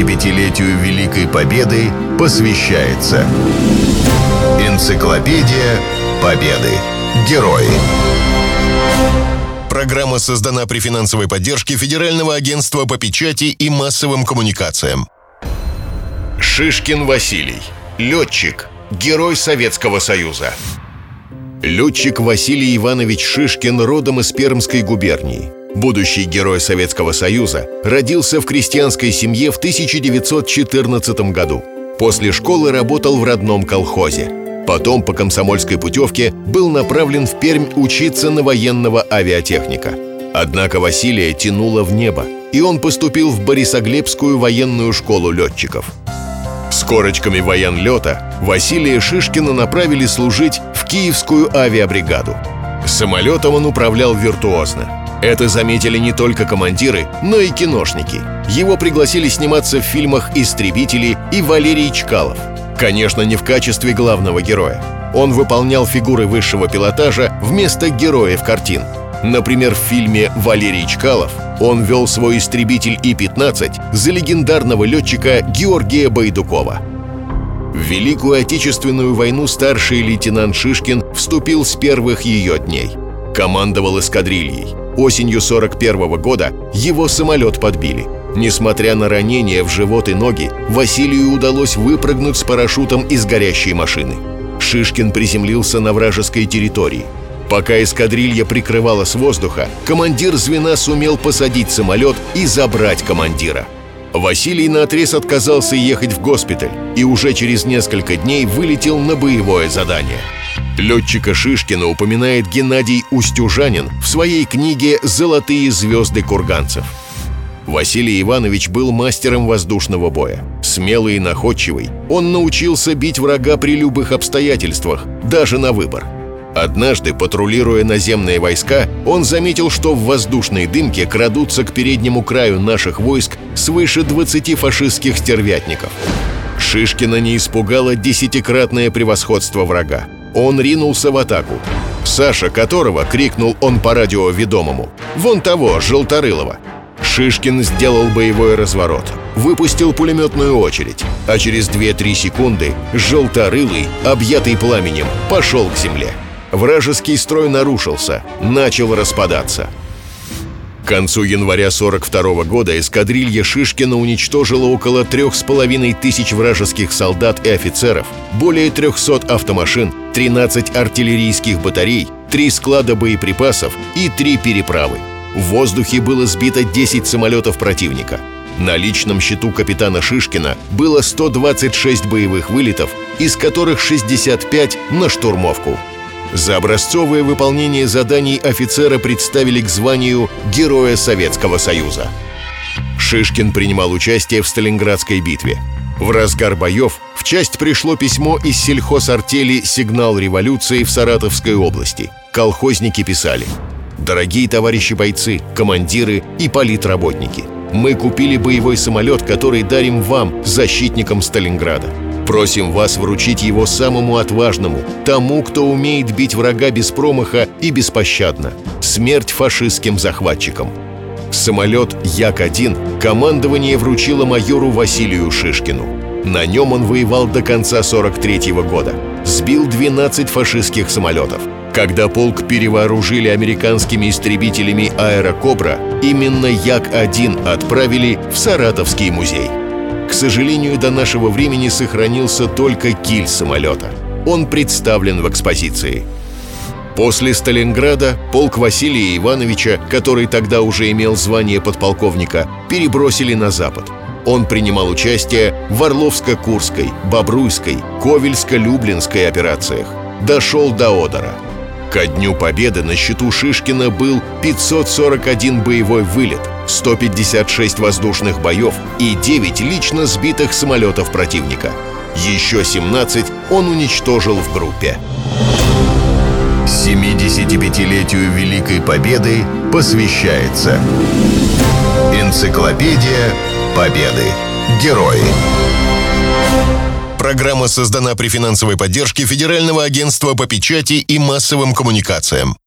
75-летию Великой Победы посвящается Энциклопедия Победы. Герои. Программа создана при финансовой поддержке Федерального агентства по печати и массовым коммуникациям. Шишкин Василий. Летчик. Герой Советского Союза. Летчик Василий Иванович Шишкин родом из Пермской губернии. Будущий герой Советского Союза родился в крестьянской семье в 1914 году. После школы работал в родном колхозе. Потом по комсомольской путевке был направлен в Пермь учиться на военного авиатехника. Однако Василия тянуло в небо, и он поступил в Борисоглебскую военную школу летчиков. С корочками военлета Василия Шишкина направили служить в Киевскую авиабригаду. Самолетом он управлял виртуозно. Это заметили не только командиры, но и киношники. Его пригласили сниматься в фильмах «Истребители» и «Валерий Чкалов». Конечно, не в качестве главного героя. Он выполнял фигуры высшего пилотажа вместо героев картин. Например, в фильме «Валерий Чкалов» он вел свой истребитель И-15 за легендарного летчика Георгия Байдукова. В Великую Отечественную войну старший лейтенант Шишкин вступил с первых ее дней. Командовал эскадрильей. Осенью 1941 года его самолет подбили. Несмотря на ранения в живот и ноги, Василию удалось выпрыгнуть с парашютом из горящей машины. Шишкин приземлился на вражеской территории. Пока эскадрилья прикрывала с воздуха, командир звена сумел посадить самолет и забрать командира. Василий наотрез отказался ехать в госпиталь и уже через несколько дней вылетел на боевое задание. Летчика Шишкина упоминает Геннадий Устюжанин в своей книге «Золотые звезды курганцев». Василий Иванович был мастером воздушного боя. Смелый и находчивый, он научился бить врага при любых обстоятельствах, даже на выбор. Однажды, патрулируя наземные войска, он заметил, что в воздушной дымке крадутся к переднему краю наших войск свыше 20 фашистских стервятников. Шишкина не испугало 10-кратное превосходство врага. Он ринулся в атаку. Саша, которого, крикнул он по радио ведомому, «Вон того, Желторылова!» Шишкин сделал боевой разворот, выпустил пулеметную очередь, а через 2-3 секунды Желторылый, объятый пламенем, пошел к земле. Вражеский строй нарушился, начал распадаться. К концу января 1942 года эскадрилья Шишкина уничтожила около 3500 вражеских солдат и офицеров, более 300 автомашин, 13 артиллерийских батарей, 3 склада боеприпасов и 3 переправы. В воздухе было сбито 10 самолетов противника. На личном счету капитана Шишкина было 126 боевых вылетов, из которых 65 на штурмовку. За образцовое выполнение заданий офицера представили к званию Героя Советского Союза. Шишкин принимал участие в Сталинградской битве. В разгар боев в часть пришло письмо из сельхозартели «Сигнал революции» в Саратовской области. Колхозники писали: «Дорогие товарищи бойцы, командиры и политработники, мы купили боевой самолет, который дарим вам, защитникам Сталинграда. Просим вас вручить его самому отважному, тому, кто умеет бить врага без промаха и беспощадно. Смерть фашистским захватчикам». Самолет Як-1 командование вручило майору Василию Шишкину. На нем он воевал до конца 1943 года. Сбил 12 фашистских самолетов. Когда полк перевооружили американскими истребителями «Аэрокобра», именно Як-1 отправили в Саратовский музей. К сожалению, до нашего времени сохранился только киль самолета. Он представлен в экспозиции. После Сталинграда полк Василия Ивановича, который тогда уже имел звание подполковника, перебросили на запад. Он принимал участие в Орловско-Курской, Бобруйской, Ковельско-Люблинской операциях. Дошел до Одера. Ко Дню Победы на счету Шишкина был 541 боевой вылет, 156 воздушных боев и 9 лично сбитых самолетов противника. Еще 17 он уничтожил в группе. 75-летию Великой Победы посвящается Энциклопедия Победы. Герои. Программа создана при финансовой поддержке Федерального агентства по печати и массовым коммуникациям.